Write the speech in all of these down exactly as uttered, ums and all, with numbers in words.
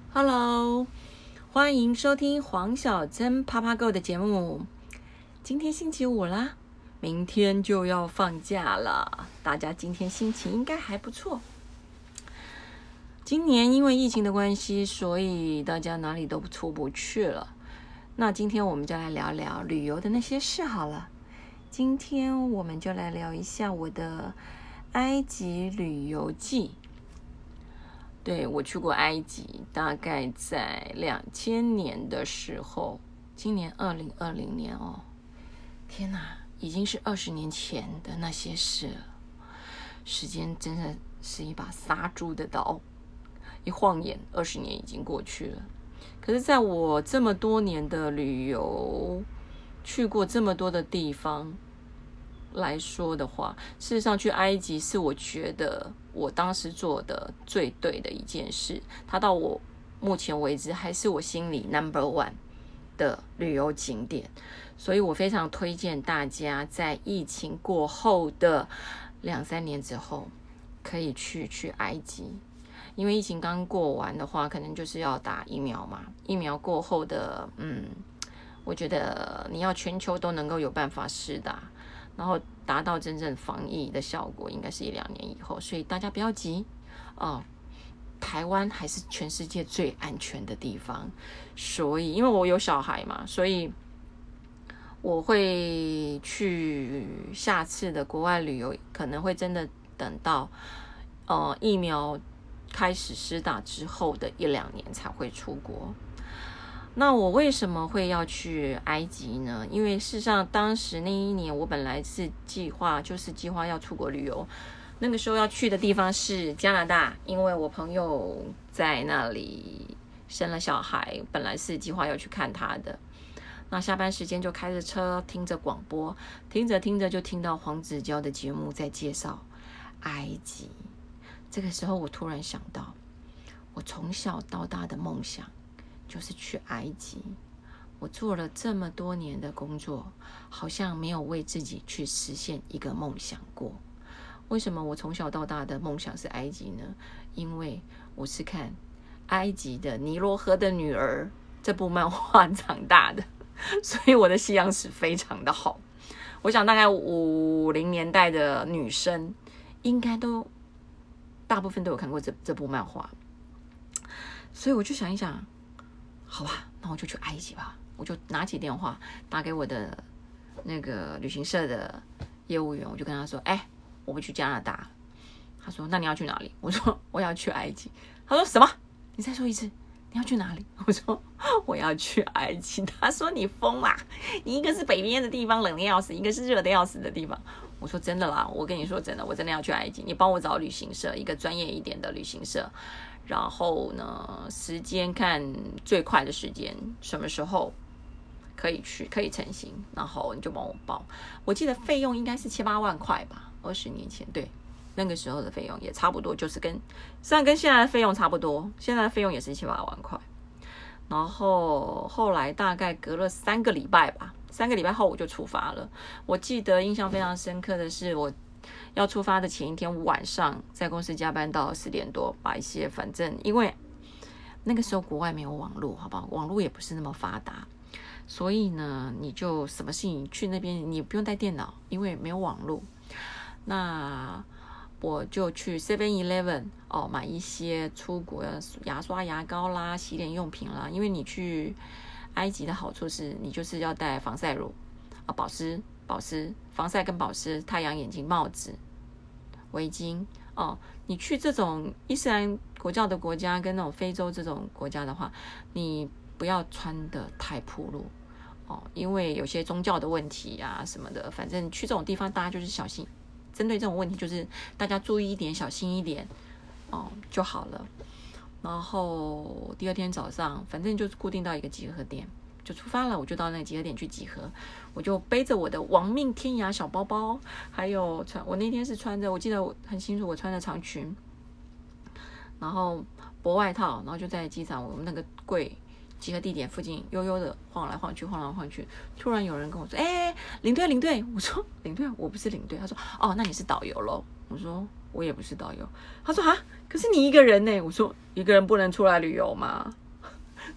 Hello，欢迎收听黄小珍啪啪 Go 的节目。今天星期五啦，明天就要放假了，大家今天心情应该还不错。今年因为疫情的关系，所以大家哪里都出不去了。那今天我们就来聊聊旅游的那些事好了。今天我们就来聊一下我的埃及旅游记。对，我去过埃及，大概在两千年的时候，今年二零二零年哦，天哪，已经是二十年前的那些事了。时间真的是一把杀猪的刀，一晃眼，二十年已经过去了。可是，在我这么多年的旅游，去过这么多的地方来说的话，事实上去埃及是我觉得我当时做的最对的一件事，它到我目前为止还是我心里 number one 的旅游景点，所以我非常推荐大家在疫情过后的两三年之后可以去去埃及，因为疫情刚过完的话，可能就是要打疫苗嘛，疫苗过后的嗯，我觉得你要全球都能够有办法施打，然后达到真正防疫的效果，应该是一两年以后，所以大家不要急哦。台湾还是全世界最安全的地方，所以因为我有小孩嘛，所以我会去下次的国外旅游，可能会真的等到呃疫苗开始施打之后的一两年才会出国。那我为什么会要去埃及呢？因为事实上当时那一年我本来是计划就是计划要出国旅游，那个时候要去的地方是加拿大，因为我朋友在那里生了小孩，本来是计划要去看他的。那下班时间就开着车听着广播，听着听着就听到黄子佼的节目在介绍埃及。这个时候我突然想到，我从小到大的梦想就是去埃及。我做了这么多年的工作，好像没有为自己去实现一个梦想过。为什么我从小到大的梦想是埃及呢？因为我是看《埃及的尼罗河的女儿》这部漫画长大的，所以我的西洋史非常的好。我想大概五零年代的女生应该都大部分都有看过这这部漫画，所以我就想一想，好吧，那我就去埃及吧。我就拿起电话打给我的那个旅行社的业务员，我就跟他说：“哎，我不去加拿大。”他说：“那你要去哪里？”我说：“我要去埃及。”他说：“什么？你再说一次，你要去哪里？”我说：“我要去埃及。”他说：“你疯啦！你一个是北边的地方冷的要死，一个是热的要死的地方。”我说：“真的啦，我跟你说真的，我真的要去埃及。你帮我找旅行社，一个专业一点的旅行社。然后呢，时间看最快的时间，什么时候可以去，可以成行，然后你就帮我报。我记得费用应该是七八万块吧，二十年前，对，那个时候的费用也差不多，就是跟虽然跟现在的费用差不多，现在的费用也是七八万块。然后后来大概隔了三个礼拜吧，三个礼拜后我就出发了。我记得印象非常深刻的是，我要出发的前一天晚上，在公司加班到十点多，把一些反正因为那个时候国外没有网络，好不好？网络也不是那么发达，所以呢，你就什么事情去那边，你不用带电脑，因为没有网络。那我就去 seven eleven 哦，买一些出国牙刷、牙膏啦、洗脸用品啦。因为你去埃及的好处是，你就是要带防晒乳啊、保湿、保湿、防晒跟保湿、太阳眼镜、帽子、围巾哦。你去这种伊斯兰国教的国家跟那种非洲这种国家的话，你不要穿得太暴露哦，因为有些宗教的问题啊什么的，反正去这种地方大家就是小心。针对这种问题，就是大家注意一点，小心一点哦就好了。然后第二天早上，反正就固定到一个集合点就出发了，我就到那个集合点去集合。我就背着我的亡命天涯小包包，还有穿我那天是穿着，我记得我很清楚，我穿着长裙，然后薄外套，然后就在机场我们那个柜集合地点附近悠悠的晃来晃去，晃来晃去。突然有人跟我说：“哎、欸，领队，领队！”我说：“领队，我不是领队。”他说：“哦，那你是导游咯。”我说：“我也不是导游。”他说：“啊，可是你一个人呢？”我说：“一个人不能出来旅游吗？”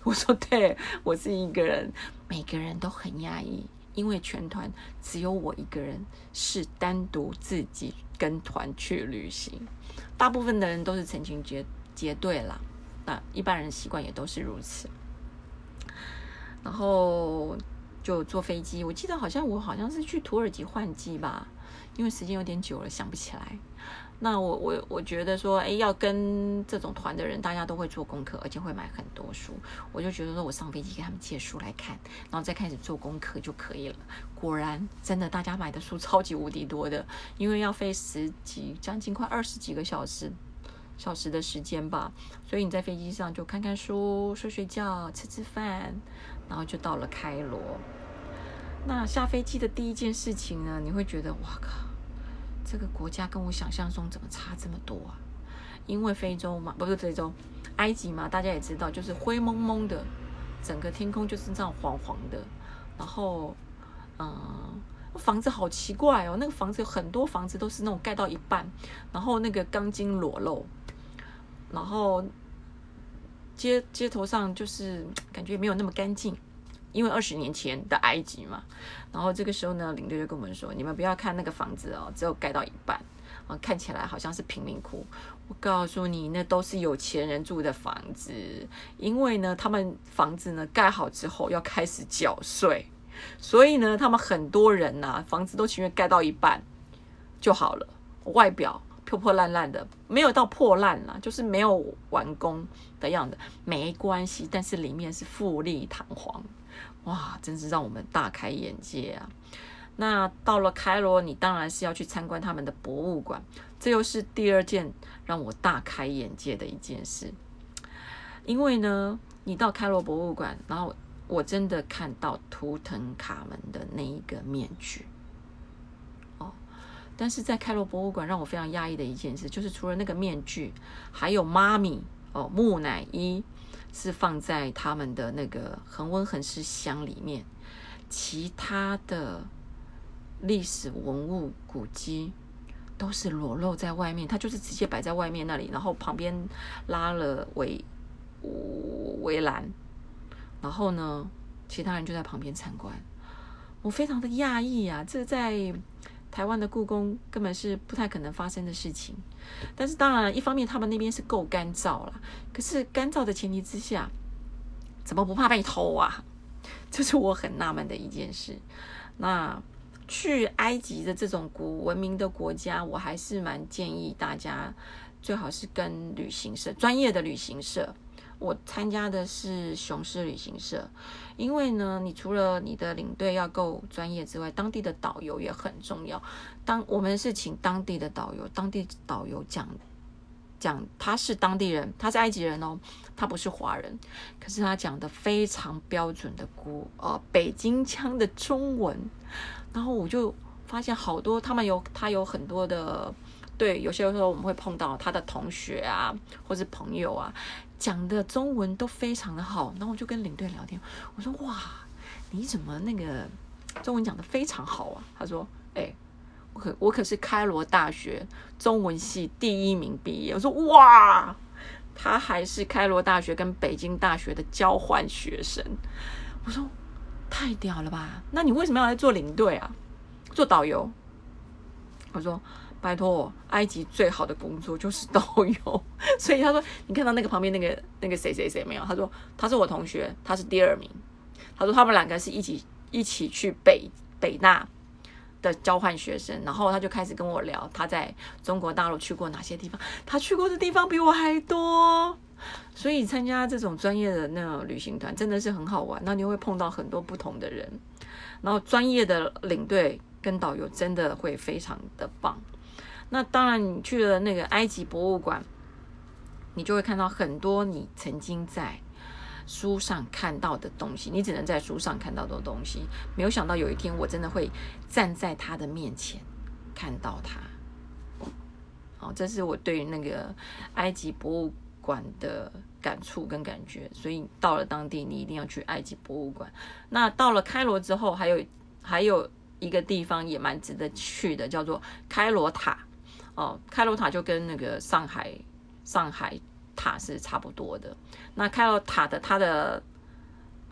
我说对，我是一个人。每个人都很压抑，因为全团只有我一个人是单独自己跟团去旅行，大部分的人都是成群结结队啦，那一般人习惯也都是如此。然后就坐飞机，我记得好像我好像是去土耳其换机吧，因为时间有点久了，想不起来。那我我我觉得说，哎，要跟这种团的人，大家都会做功课，而且会买很多书。我就觉得说我上飞机给他们借书来看，然后再开始做功课就可以了。果然，真的大家买的书超级无敌多的，因为要飞十几，将近快二十几个小时小时的时间吧，所以你在飞机上就看看书、睡睡觉、吃吃饭，然后就到了开罗。那下飞机的第一件事情呢，你会觉得哇靠！这个国家跟我想象中怎么差这么多啊？因为非洲嘛，不是非洲，埃及嘛，大家也知道，就是灰蒙蒙的，整个天空就是这样黄黄的。然后，嗯，房子好奇怪哦，那个房子有很多房子都是那种盖到一半，然后那个钢筋裸露，然后街街头上就是感觉没有那么干净。因为二十年前的埃及嘛，然后这个时候呢，领队就跟我们说：“你们不要看那个房子哦，只有盖到一半，啊，看起来好像是贫民窟。我告诉你，那都是有钱人住的房子，因为呢，他们房子呢盖好之后要开始缴税，所以呢，他们很多人呐、啊，房子都情愿盖到一半就好了，外表破破烂烂的，没有到破烂啦，就是没有完工的样子，没关系，但是里面是富丽堂皇。”哇，真是让我们大开眼界啊！那到了开罗，你当然是要去参观他们的博物馆，这又是第二件让我大开眼界的一件事。因为呢，你到开罗博物馆，然后我真的看到图腾卡门的那一个面具。哦，但是在开罗博物馆让我非常压抑的一件事，就是除了那个面具，还有妈咪哦木乃伊。是放在他们的那个恒温恒湿箱里面，其他的历史文物古迹都是裸露在外面，它就是直接摆在外面那里，然后旁边拉了围围栏，然后呢，其他人就在旁边参观。我非常的讶异啊，这在台湾的故宫根本是不太可能发生的事情。但是当然，一方面他们那边是够干燥啦，可是干燥的前提之下，怎么不怕被偷啊？这是我很纳闷的一件事。那去埃及的这种古文明的国家，我还是蛮建议大家最好是跟旅行社，专业的旅行社。我参加的是雄狮旅行社，因为呢，你除了你的领队要够专业之外，当地的导游也很重要。当我们是请当地的导游，当地导游讲讲他是当地人，他是埃及人哦，他不是华人，可是他讲的非常标准的古呃北京腔的中文，然后我就发现好多他们有他有很多的。对，有些时候我们会碰到他的同学啊，或是朋友啊，讲的中文都非常的好，然后我就跟领队聊天，我说哇，你怎么那个中文讲的非常好啊？他说，哎、欸，我可我可是开罗大学中文系第一名毕业。我说哇，他还是开罗大学跟北京大学的交换学生。我说太屌了吧？那你为什么要来做领队啊？做导游？我说。拜托，埃及最好的工作就是导游，所以他说，你看到那个旁边那个那个谁谁谁没有？他说他是我同学，他是第二名。他说他们两个是一起一起去北北大的交换学生，然后他就开始跟我聊他在中国大陆去过哪些地方，他去过的地方比我还多。所以参加这种专业的那种旅行团真的是很好玩，那你会碰到很多不同的人，然后专业的领队跟导游真的会非常的棒。那当然，你去了那个埃及博物馆，你就会看到很多你曾经在书上看到的东西，你只能在书上看到的东西。没有想到有一天我真的会站在他的面前看到他。好，这是我对于那个埃及博物馆的感触跟感觉。所以到了当地，你一定要去埃及博物馆。那到了开罗之后，还有还有一个地方也蛮值得去的，叫做开罗塔。哦，开罗塔就跟那个上海上海塔是差不多的。那开罗塔的它的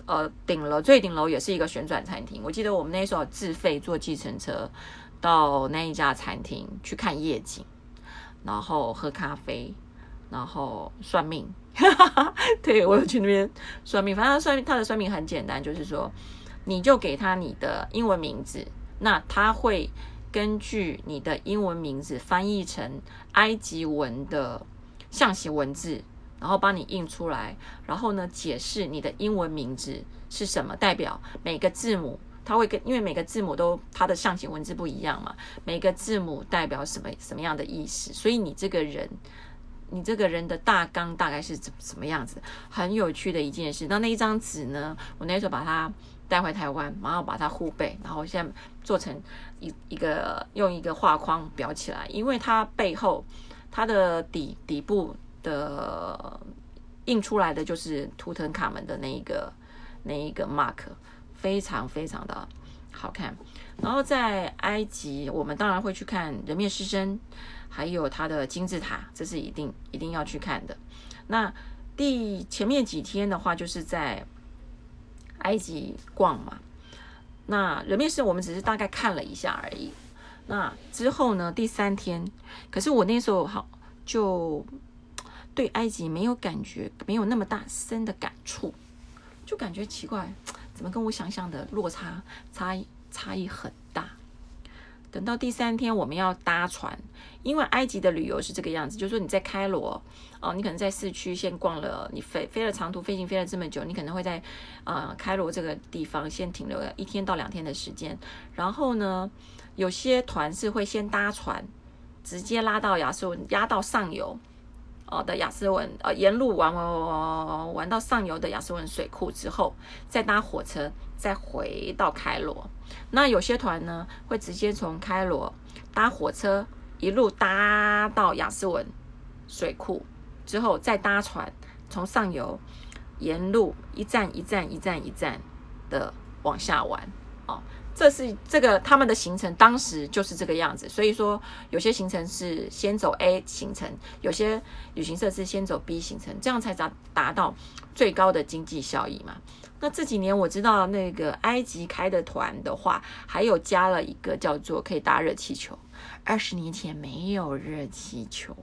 呃顶楼最顶楼也是一个旋转餐厅。我记得我们那时候自费坐计程车到那一家餐厅去看夜景，然后喝咖啡，然后算命。对，我有去那边算命，反正他算命，他的算命很简单，就是说你就给他你的英文名字，那他会根据你的英文名字翻译成埃及文的象形文字，然后帮你印出来，然后呢解释你的英文名字是什么，代表每个字母，他会跟因为每个字母都它的象形文字不一样嘛，每个字母代表什么什么样的意思，所以你这个人。你这个人的大纲大概是怎什么样子，很有趣的一件事。那那一张纸呢，我那时候把它带回台湾，然后把它护背，然后现在做成一一个用一个画框裱起来，因为它背后它的底底部的印出来的就是图腾卡门的那一个那一个 mark， 非常非常的好看。然后在埃及，我们当然会去看人面狮身。还有它的金字塔，这是一定一定要去看的。那第前面几天的话，就是在埃及逛嘛。那人面狮我们只是大概看了一下而已。那之后呢，第三天，可是我那时候好就对埃及没有感觉，没有那么大深的感触，就感觉奇怪，怎么跟我想象的落差差差异很大。等到第三天我们要搭船，因为埃及的旅游是这个样子，就是说你在开罗哦，你可能在市区先逛了，你飞飞了长途飞行飞了这么久，你可能会在呃开罗这个地方先停留一天到两天的时间，然后呢，有些团是会先搭船，直接拉到亚斯文，压到上游哦的亚斯文，呃沿路玩玩玩玩到上游的亚斯文水库之后，再搭火车再回到开罗。那有些团呢会直接从开罗搭火车一路搭到亚斯文水库之后，再搭船从上游沿路一站一站一站一站的往下玩哦。这是这个他们的行程当时就是这个样子，所以说有些行程是先走 A 行程，有些旅行社是先走 B 行程，这样才达达到最高的经济效益嘛。那这几年我知道那个埃及开的团的话，还有加了一个叫做可以搭热气球。二十年前没有热气球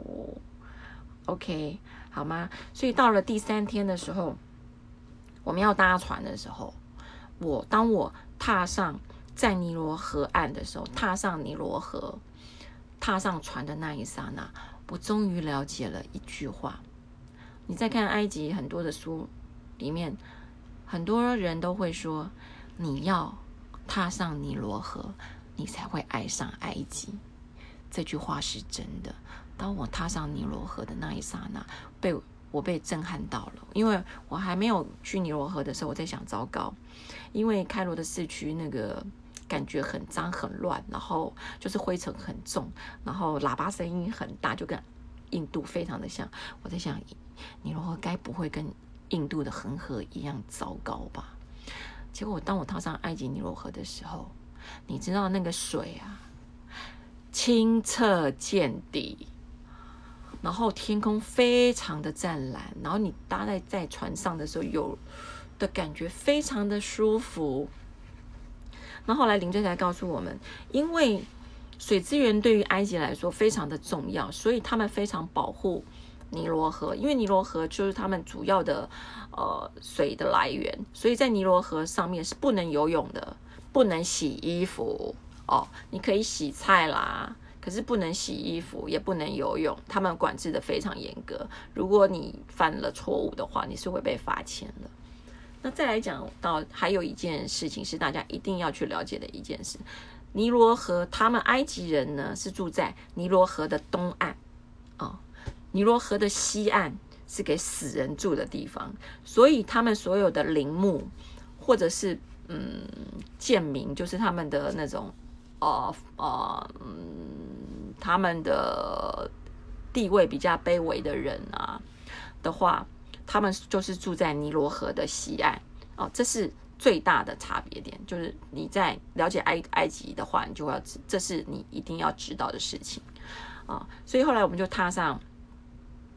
，OK 好吗？所以到了第三天的时候，我们要搭船的时候，我当我踏上在尼罗河岸的时候，踏上尼罗河，踏上船的那一刹那，我终于了解了一句话。你在看埃及很多的书里面，很多人都会说，你要踏上尼罗河，你才会爱上埃及。这句话是真的。当我踏上尼罗河的那一刹那，被我被震撼到了。因为我还没有去尼罗河的时候，我在想，糟糕，因为开罗的市区那个感觉很脏很乱，然后就是灰尘很重，然后喇叭声音很大，就跟印度非常的像。我在想，尼罗河该不会跟印度的恒河一样糟糕吧？结果当我踏上埃及尼罗河的时候，你知道那个水啊，清澈见底，然后天空非常的湛蓝，然后你搭在在船上的时候，有的感觉非常的舒服。那后来领队才告诉我们，因为水资源对于埃及来说非常的重要，所以他们非常保护尼罗河，因为尼罗河就是他们主要的呃水的来源，所以在尼罗河上面是不能游泳的，不能洗衣服哦，你可以洗菜啦，可是不能洗衣服，也不能游泳，他们管制的非常严格。如果你犯了错误的话，你是会被罚钱的。那再来讲到还有一件事情是大家一定要去了解的一件事，尼罗河，他们埃及人呢是住在尼罗河的东岸哦，尼罗河的西岸是给死人住的地方，所以他们所有的陵墓或者是嗯贱民，就是他们的那种呃呃嗯他们的地位比较卑微的人啊的话，他们就是住在尼罗河的西岸哦，这是最大的差别点。就是你在了解埃埃及的话，你就要知，这是你一定要知道的事情啊、哦。所以后来我们就踏上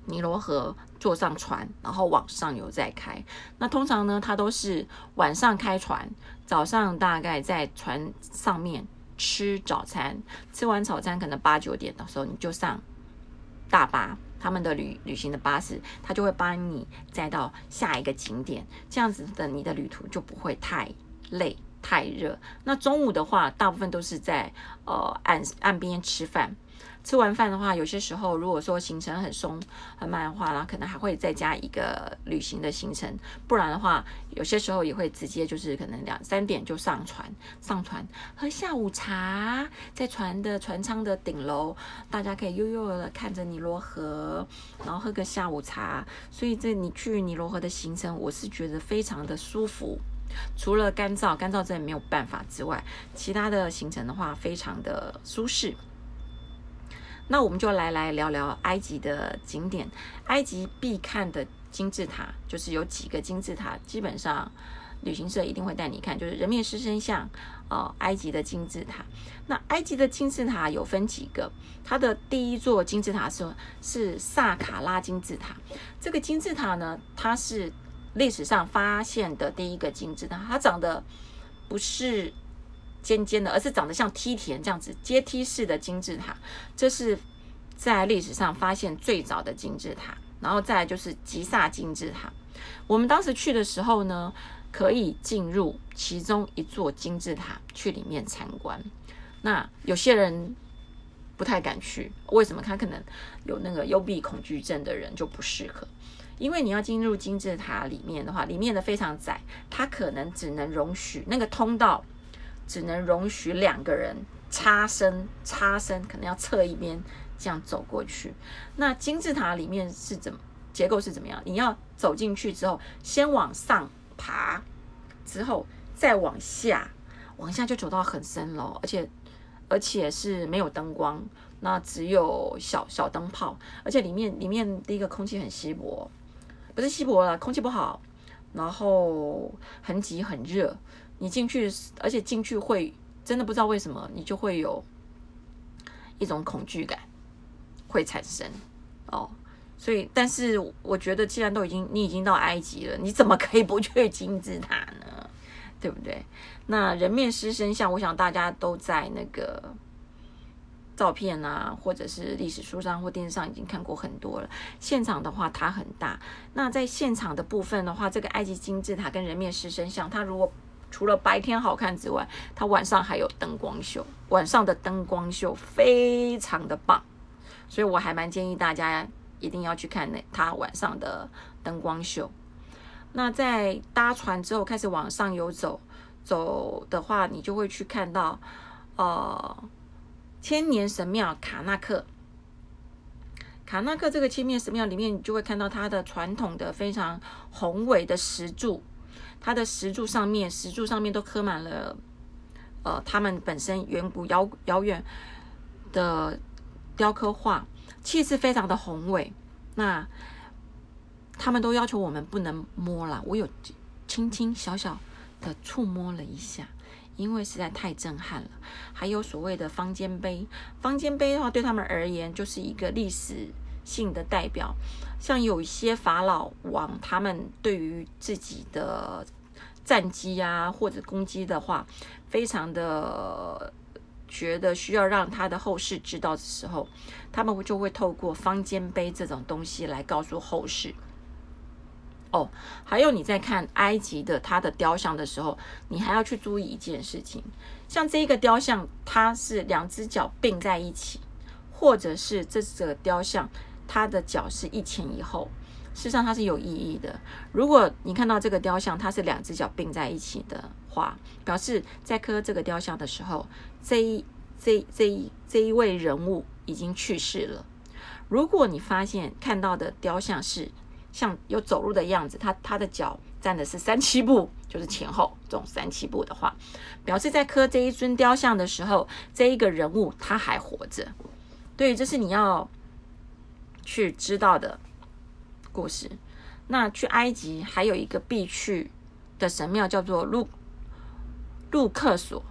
尼罗河，坐上船，然后往上游再开。那通常呢，它都是晚上开船，早上大概在船上面吃早餐，吃完早餐可能八九点的时候你就上大巴，他们的旅旅行的巴士，他就会帮你载到下一个景点，这样子的你的旅途就不会太累太热。那中午的话，大部分都是在呃岸岸边吃饭。吃完饭的话，有些时候如果说行程很松很慢的话，然后可能还会再加一个旅行的行程，不然的话，有些时候也会直接就是可能两三点就上船，上船喝下午茶，在船的船舱的顶楼，大家可以悠悠的看着尼罗河，然后喝个下午茶。所以这你去尼罗河的行程，我是觉得非常的舒服。除了干燥，干燥真的没有办法之外，其他的行程的话非常的舒适。那我们就来来聊聊埃及的景点。埃及必看的金字塔就是有几个金字塔，基本上旅行社一定会带你看，就是人面狮身像，呃，埃及的金字塔。那埃及的金字塔有分几个，它的第一座金字塔是是萨卡拉金字塔。这个金字塔呢，它是历史上发现的第一个金字塔，它长得不是尖尖的，而是长得像梯田这样子阶梯式的金字塔，这是在历史上发现最早的金字塔。然后再来就是吉萨金字塔，我们当时去的时候呢，可以进入其中一座金字塔去里面参观。那有些人不太敢去，为什么？他可能有那个幽闭恐惧症的人就不适合。因为你要进入金字塔里面的话，里面的非常窄，它可能只能容许那个通道只能容许两个人插身，插身可能要侧一边这样走过去。那金字塔里面是怎么结构是怎么样？你要走进去之后，先往上爬，之后再往下，往下就走到很深了，而且而且是没有灯光，那只有小小灯泡，而且里面里面第一个空气很稀薄，不是稀薄了，空气不好，然后很挤很热。你进去，而且进去会真的不知道为什么，你就会有一种恐惧感会产生哦。所以，但是我觉得，既然都已经你已经到埃及了，你怎么可以不去金字塔呢？对不对？那人面狮身像，我想大家都在那个照片啊，或者是历史书上或电视上已经看过很多了。现场的话，它很大。那在现场的部分的话，这个埃及金字塔跟人面狮身像，它如果除了白天好看之外，它晚上还有灯光秀，晚上的灯光秀非常的棒，所以我还蛮建议大家一定要去看那它晚上的灯光秀。那在搭船之后开始往上游走，走的话，你就会去看到呃千年神庙卡纳克。卡纳克这个千年神庙里面，你就会看到它的传统的非常宏伟的石柱。它的石柱上面，石柱上面都刻满了，呃，他们本身远古遥遥远的雕刻画，气势非常的宏伟。那他们都要求我们不能摸啦，我有轻轻小小的触摸了一下，因为实在太震撼了。还有所谓的方尖碑，方尖碑的话，对他们而言就是一个历史性的代表。像有一些法老王，他们对于自己的战绩啊或者攻击的话，非常的觉得需要让他的后世知道的时候，他们就会透过方尖碑这种东西来告诉后世。哦，还有你在看埃及的它的雕像的时候，你还要去注意一件事情，像这一个雕像，它是两只脚并在一起，或者是这个雕像它的脚是一前一后，事实上它是有意义的。如果你看到这个雕像它是两只脚并在一起的话，表示在刻这个雕像的时候，这一这这一这一位人物已经去世了。如果你发现看到的雕像是像有走路的样子，他他的脚站的是三七步，就是前后这种三七步的话，表示在刻这一尊雕像的时候，这一个人物他还活着。对，这是你要去知道的故事。那去埃及还有一个必去的神庙叫做路路克索，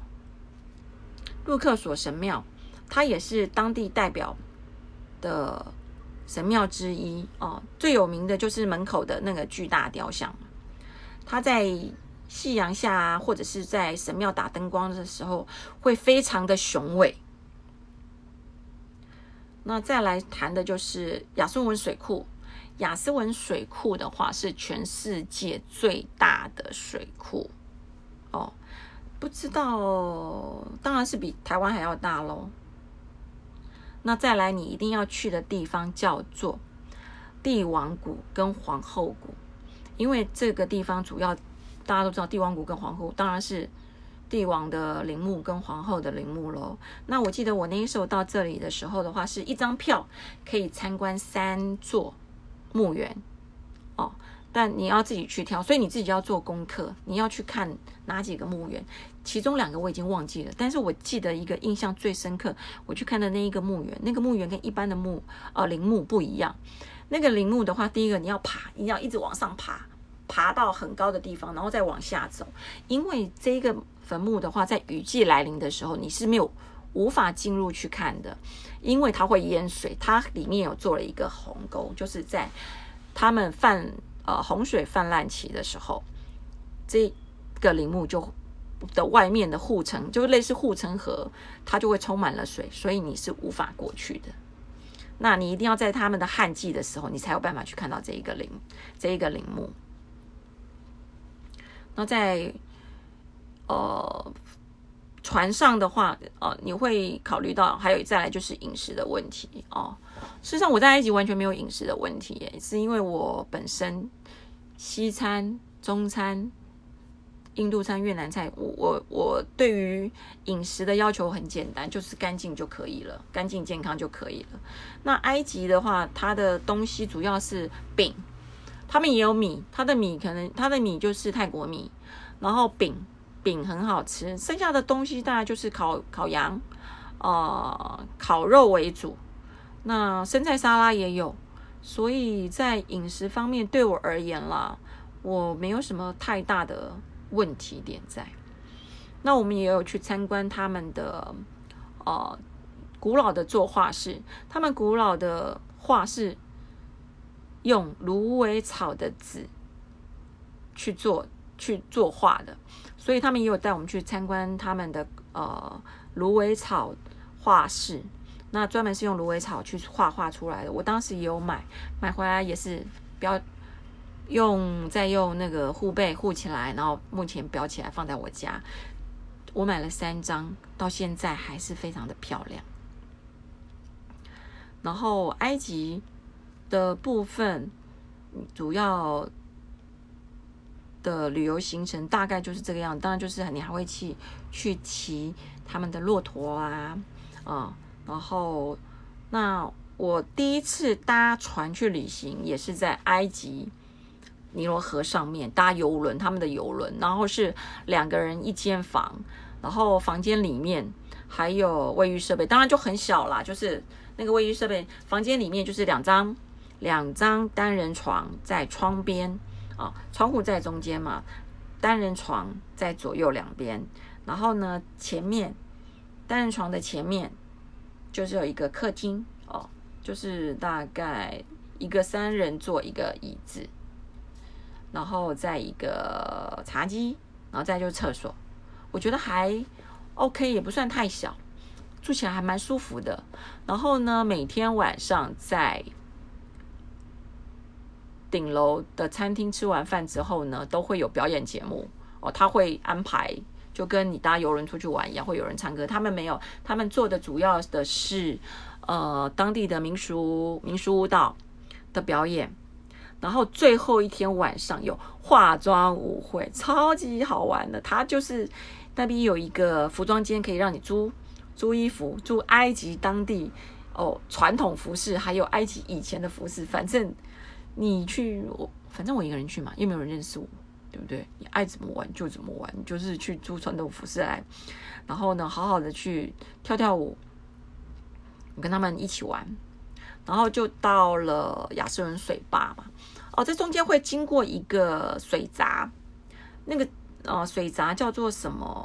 路克索神庙，它也是当地代表的神庙之一哦，最有名的就是门口的那个巨大雕像，它在夕阳下啊，或者是在神庙打灯光的时候，会非常的雄伟。那再来谈的就是亚斯文水库。亚斯文水库的话是全世界最大的水库哦，不知道，当然是比台湾还要大咯。那再来你一定要去的地方叫做帝王谷跟皇后谷，因为这个地方主要大家都知道，帝王谷跟皇后当然是帝王的陵墓跟皇后的陵墓咯。那我记得我那时候到这里的时候的话，是一张票可以参观三座墓园哦，但你要自己去挑，所以你自己要做功课，你要去看哪几个墓园，其中两个我已经忘记了，但是我记得一个印象最深刻，我去看的那一个墓园，那个墓园跟一般的墓呃陵墓不一样。那个陵墓的话，第一个你要爬，你要一直往上爬，爬到很高的地方，然后再往下走，因为这个坟墓的话，在雨季来临的时候，你是没有无法进入去看的，因为它会淹水。它里面有做了一个鸿沟，就是在他们泛呃洪水泛滥期的时候，这个陵墓就的外面的护城，就类似护城河，它就会充满了水，所以你是无法过去的。那你一定要在他们的旱季的时候，你才有办法去看到这一个陵这一个陵墓。那在呃船上的话，呃，你会考虑到还有再来就是饮食的问题哦。事实上，我在埃及完全没有饮食的问题耶，是因为我本身西餐、中餐、印度餐、越南菜，我我我对于饮食的要求很简单，就是干净就可以了，干净健康就可以了。那埃及的话，它的东西主要是饼，他们也有米，它的米可能它的米就是泰国米，然后饼饼很好吃，剩下的东西大概就是烤烤羊，呃，烤肉为主。那生菜沙拉也有，所以在饮食方面对我而言啦，我没有什么太大的问题点在。那我们也有去参观他们的呃古老的作画室，他们古老的画是用芦苇草的纸去做去作画的，所以他们也有带我们去参观他们的呃芦苇草画室。那专门是用芦苇草去画画出来的，我当时也有买，买回来也是标用再用那个护背护起来，然后目前裱起来放在我家。我买了三张，到现在还是非常的漂亮。然后埃及的部分主要的旅游行程大概就是这个样子，当然就是你还会去去骑他们的骆驼啊，啊、嗯，然后那我第一次搭船去旅行也是在埃及尼罗河上面搭游轮，他们的游轮，然后是两个人一间房，然后房间里面还有卫浴设备，当然就很小啦，就是那个卫浴设备，房间里面就是两张两张单人床在窗边啊，窗户在中间嘛，单人床在左右两边，然后呢，前面单人床的前面就是有一个客厅哦，就是大概一个三人座一个椅子，然后再一个茶几，然后再就是厕所，我觉得还 OK， 也不算太小，住起来还蛮舒服的。然后呢，每天晚上在顶楼的餐厅吃完饭之后呢，都会有表演节目哦，他会安排，就跟你搭邮轮出去玩一样，会有人唱歌。他们没有，他们做的主要的是呃当地的民俗民俗舞蹈的表演。然后最后一天晚上有化妆舞会，超级好玩的。他就是那边有一个服装间，可以让你租租衣服，租埃及当地哦传统服饰，还有埃及以前的服饰。反正你去，我反正我一个人去嘛，又没有人认识我，对不对？你爱怎么玩就怎么玩，你就是去租传统服饰来，然后呢，好好的去跳跳舞，我跟他们一起玩。然后就到了亚斯文水坝嘛，哦，这中间会经过一个水闸，那个呃水闸叫做什么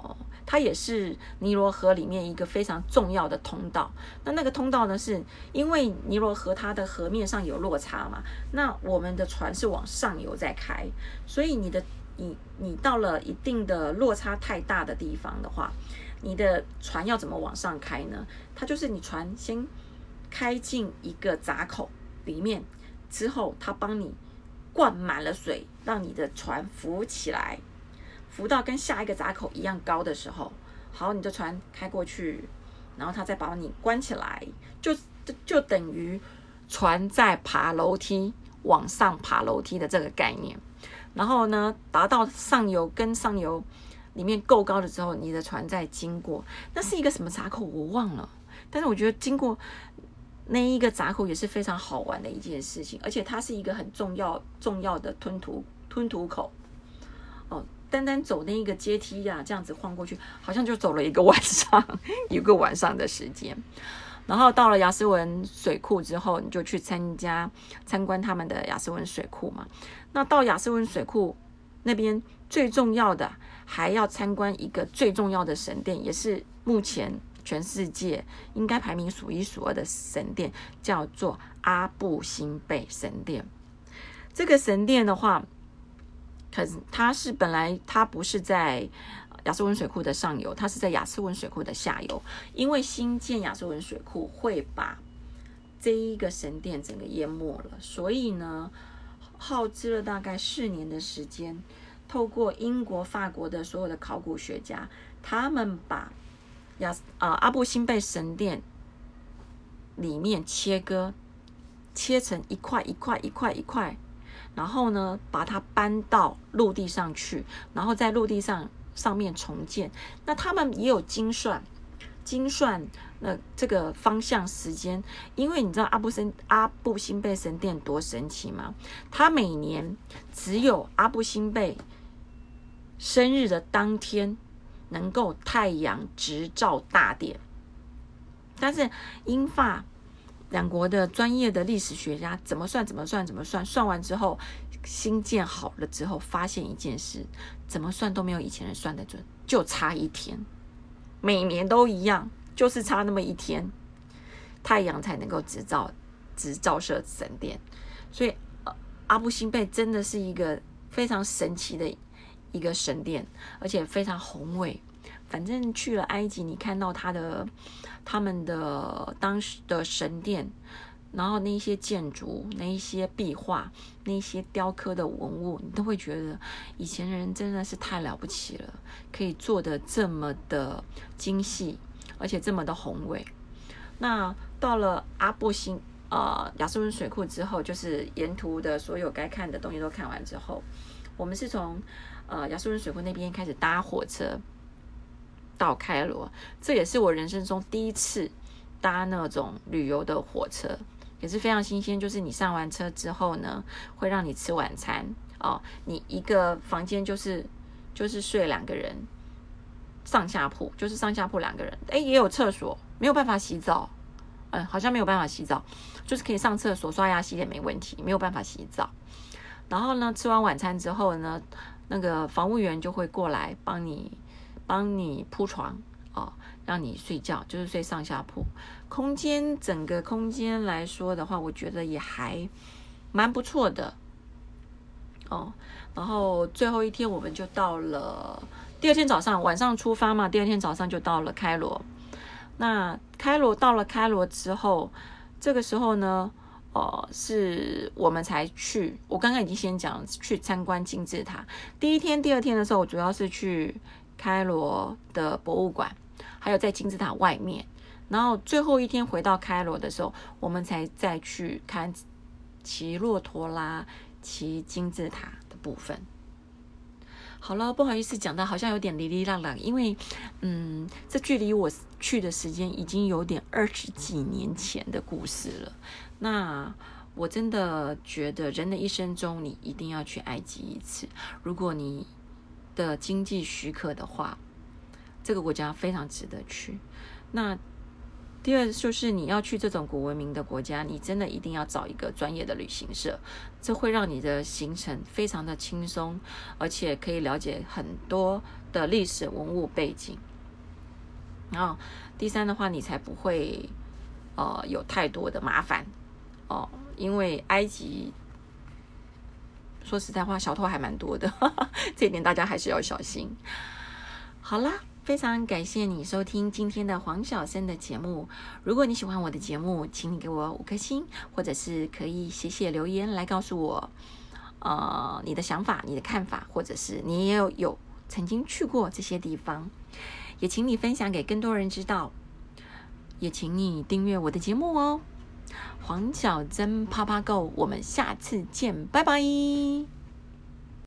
它也是尼罗河里面一个非常重要的通道。那那个通道呢，是因为尼罗河它的河面上有落差嘛，那我们的船是往上游在开，所以你的你你到了一定的落差太大的地方的话，你的船要怎么往上开呢？它就是你船先开进一个闸口里面，之后它帮你灌满了水，让你的船浮起来，浮到跟下一个闸口一样高的时候，好，你的船开过去，然后它再把你关起来，就就就等于船在爬楼梯，往上爬楼梯的这个概念。然后呢，达到上游跟上游里面够高的时候，你的船再经过，那是一个什么闸口我忘了，但是我觉得经过那一个闸口也是非常好玩的一件事情，而且它是一个很重要重要的吞吐吞吐口哦。单单走那一个阶梯呀、啊，这样子晃过去，好像就走了一个晚上，一个晚上的时间。然后到了亚斯文水库之后，你就去参加参观他们的亚斯文水库嘛。那到亚斯文水库那边最重要的，还要参观一个最重要的神殿，也是目前全世界应该排名数一数二的神殿，叫做阿布辛贝神殿。这个神殿的话，可是它是本来它不是在亚斯文水库的上游，它是在亚斯文水库的下游。因为新建亚斯文水库会把这一个神殿整个淹没了，所以呢，耗资了大概四年的时间，透过英国、法国的所有的考古学家，他们把亚啊阿布辛贝神殿里面切割，切成一块一块一块一块，然后呢，把它搬到陆地上去，然后在陆地上上面重建。那他们也有精算，精算那这个方向时间，因为你知道阿布森阿布辛贝神殿多神奇吗？他每年只有阿布辛贝生日的当天能够太阳直照大殿，但是英法两国的专业的历史学家怎么算怎么算怎么算，算完之后，新建好了之后，发现一件事，怎么算都没有以前人算得准，就差一天，每年都一样，就是差那么一天，太阳才能够直照直照射神殿。所以、呃、阿布辛贝真的是一个非常神奇的一个神殿，而且非常宏伟。反正去了埃及，你看到他的他们的当时的神殿，然后那一些建筑、那一些壁画、那一些雕刻的文物，你都会觉得以前人真的是太了不起了，可以做得这么的精细，而且这么的宏伟。那到了阿布辛呃亚斯文水库之后，就是沿途的所有该看的东西都看完之后，我们是从呃亚斯文水库那边开始搭火车到开罗，这也是我人生中第一次搭那种旅游的火车，也是非常新鲜。就是你上完车之后呢，会让你吃晚餐哦，你一个房间就是就是睡两个人，上下铺就是上下铺两个人，哎，也有厕所，没有办法洗澡，嗯，好像没有办法洗澡，就是可以上厕所刷牙洗脸没问题，没有办法洗澡。然后呢，吃完晚餐之后呢，那个房务员就会过来帮你。帮你铺床哦，让你睡觉，就是睡上下铺。空间整个空间来说的话，我觉得也还蛮不错的哦。然后最后一天我们就到了，第二天早上晚上出发嘛，第二天早上就到了开罗。那开罗到了开罗之后，这个时候呢，呃，是我们才去。我刚刚已经先讲去参观金字塔。第一天、第二天的时候，我主要是去开罗的博物馆，还有在金字塔外面。然后最后一天回到开罗的时候，我们才再去看骑骆驼啦、骑金字塔的部分。好了，不好意思，讲到好像有点哩哩浪浪，因为嗯，这距离我去的时间已经有点二十几年前的故事了。那我真的觉得人的一生中，你一定要去埃及一次。如果你的经济许可的话，这个国家非常值得去。那第二就是你要去这种古文明的国家，你真的一定要找一个专业的旅行社，这会让你的行程非常的轻松，而且可以了解很多的历史文物背景。 然后第三的话，你才不会呃有太多的麻烦哦，因为埃及说实在话，小偷还蛮多的，这一点大家还是要小心。好啦，非常感谢你收听今天的黄小生的节目。如果你喜欢我的节目，请你给我五颗星，或者是可以写写留言来告诉我，呃，你的想法、你的看法，或者是你也有有曾经去过这些地方，也请你分享给更多人知道，也请你订阅我的节目哦。黄小珍啪啪 Go， 我们下次见，拜拜。